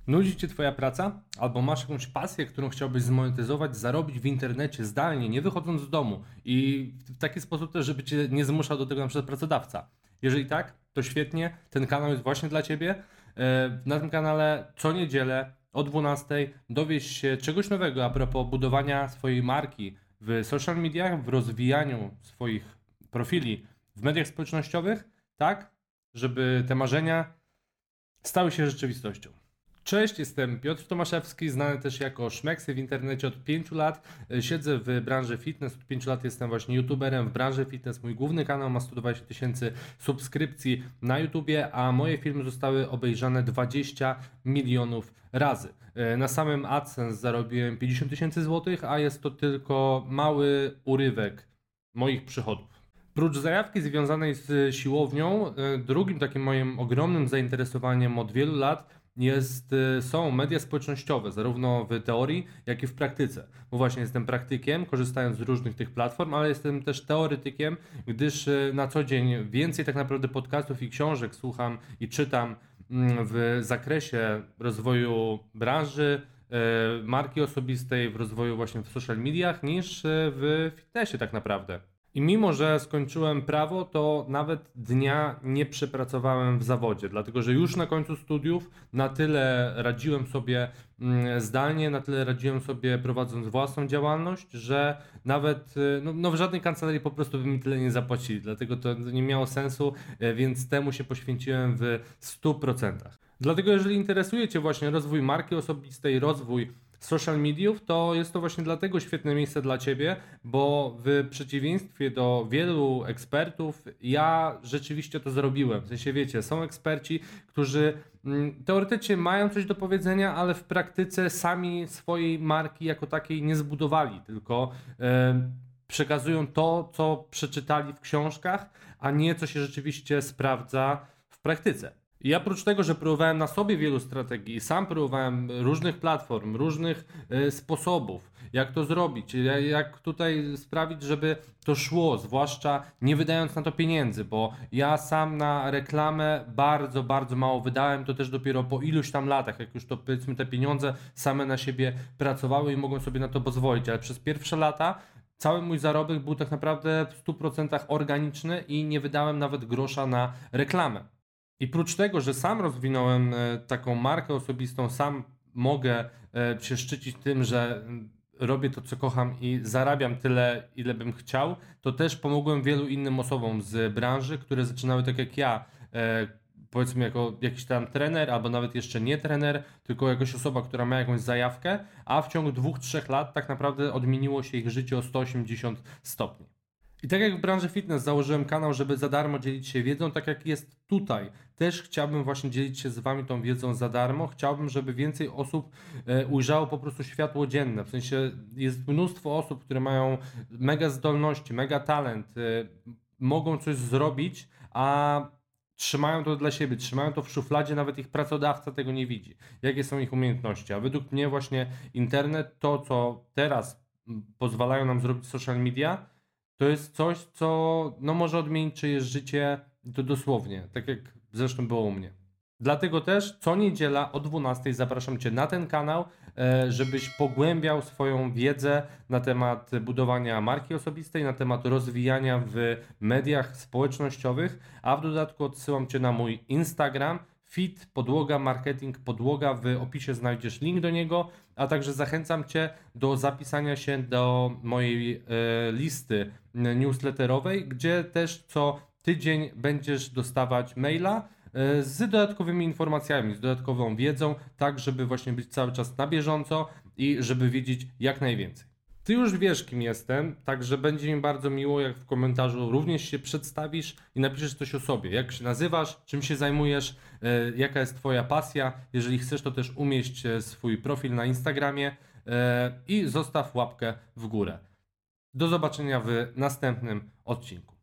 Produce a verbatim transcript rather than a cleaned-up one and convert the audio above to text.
Nudzi Cię Twoja praca? Albo masz jakąś pasję, którą chciałbyś zmonetyzować, zarobić w internecie zdalnie, nie wychodząc z domu i w taki sposób też, żeby Cię nie zmuszał do tego na przykład pracodawca? Jeżeli tak, to świetnie, ten kanał jest właśnie dla Ciebie. E, Na tym kanale co niedzielę o dwunastej dowiesz się czegoś nowego a propos budowania swojej marki w social mediach, w rozwijaniu swoich profili w mediach społecznościowych, tak, żeby te marzenia stały się rzeczywistością. Cześć, jestem Piotr Tomaszewski, znany też jako Szmeksy w internecie od pięciu lat. Siedzę w branży fitness, od pięciu lat jestem właśnie youtuberem w branży fitness. Mój główny kanał ma sto dwadzieścia tysięcy subskrypcji na YouTubie, a moje filmy zostały obejrzane dwadzieścia milionów razy. Na samym AdSense zarobiłem pięćdziesiąt tysięcy złotych, a jest to tylko mały urywek moich przychodów. Prócz zajawki związanej z siłownią, drugim takim moim ogromnym zainteresowaniem od wielu lat jest, są media społecznościowe, zarówno w teorii, jak i w praktyce. Bo właśnie jestem praktykiem, korzystając z różnych tych platform, ale jestem też teoretykiem, gdyż na co dzień więcej tak naprawdę podcastów i książek słucham i czytam w zakresie rozwoju branży, marki osobistej, w rozwoju właśnie w social mediach, niż w fitnessie tak naprawdę. I mimo, że skończyłem prawo, to nawet dnia nie przepracowałem w zawodzie, dlatego że już na końcu studiów na tyle radziłem sobie mm, zdalnie, na tyle radziłem sobie prowadząc własną działalność, że nawet y, no, no w żadnej kancelarii po prostu by mi tyle nie zapłacili, dlatego to nie miało sensu, y, więc temu się poświęciłem w stu procentach. Dlatego jeżeli interesuje Cię właśnie rozwój marki osobistej, rozwój social mediów, to jest to właśnie dlatego świetne miejsce dla Ciebie, bo w przeciwieństwie do wielu ekspertów, ja rzeczywiście to zrobiłem. W sensie wiecie, są eksperci, którzy mm, teoretycznie mają coś do powiedzenia, ale w praktyce sami swojej marki jako takiej nie zbudowali, tylko e, przekazują to, co przeczytali w książkach, a nie co się rzeczywiście sprawdza w praktyce. I oprócz tego, że próbowałem na sobie wielu strategii, sam próbowałem różnych platform, różnych y, sposobów, jak to zrobić, jak tutaj sprawić, żeby to szło, zwłaszcza nie wydając na to pieniędzy, bo ja sam na reklamę bardzo, bardzo mało wydałem, to też dopiero po iluś tam latach, jak już to powiedzmy te pieniądze same na siebie pracowały i mogłem sobie na to pozwolić, ale przez pierwsze lata cały mój zarobek był tak naprawdę w stu procentach organiczny i nie wydałem nawet grosza na reklamę. I prócz tego, że sam rozwinąłem e, taką markę osobistą, sam mogę e, się szczycić tym, że mm, robię to, co kocham i zarabiam tyle, ile bym chciał, to też pomogłem wielu innym osobom z branży, które zaczynały tak jak ja, e, powiedzmy jako jakiś tam trener, albo nawet jeszcze nie trener, tylko jakaś osoba, która ma jakąś zajawkę, a w ciągu dwóch, trzech lat tak naprawdę odmieniło się ich życie o sto osiemdziesiąt stopni. I tak jak w branży fitness założyłem kanał, żeby za darmo dzielić się wiedzą, tak jak jest tutaj. Też chciałbym właśnie dzielić się z Wami tą wiedzą za darmo. Chciałbym, żeby więcej osób e, ujrzało po prostu światło dzienne. W sensie jest mnóstwo osób, które mają mega zdolności, mega talent, e, mogą coś zrobić, a trzymają to dla siebie, trzymają to w szufladzie, nawet ich pracodawca tego nie widzi. Jakie są ich umiejętności? A według mnie właśnie internet, to co teraz mm, pozwalają nam zrobić social media, to jest coś, co no może odmienić czyjeś życie, to dosłownie, tak jak zresztą było u mnie. Dlatego też co niedziela o dwunastej zapraszam Cię na ten kanał, e, żebyś pogłębiał swoją wiedzę na temat budowania marki osobistej, na temat rozwijania w mediach społecznościowych, a w dodatku odsyłam Cię na mój Instagram, fit, podłoga, marketing, podłoga. W opisie znajdziesz link do niego, a także zachęcam Cię do zapisania się do mojej e, listy newsletterowej, gdzie też co tydzień będziesz dostawać maila e, z dodatkowymi informacjami, z dodatkową wiedzą, tak żeby właśnie być cały czas na bieżąco i żeby wiedzieć jak najwięcej. Ty już wiesz, kim jestem, także będzie mi bardzo miło, jak w komentarzu również się przedstawisz i napiszesz coś o sobie. Jak się nazywasz, czym się zajmujesz, e, jaka jest Twoja pasja. Jeżeli chcesz, to też umieść e, swój profil na Instagramie e, i zostaw łapkę w górę. Do zobaczenia w następnym odcinku.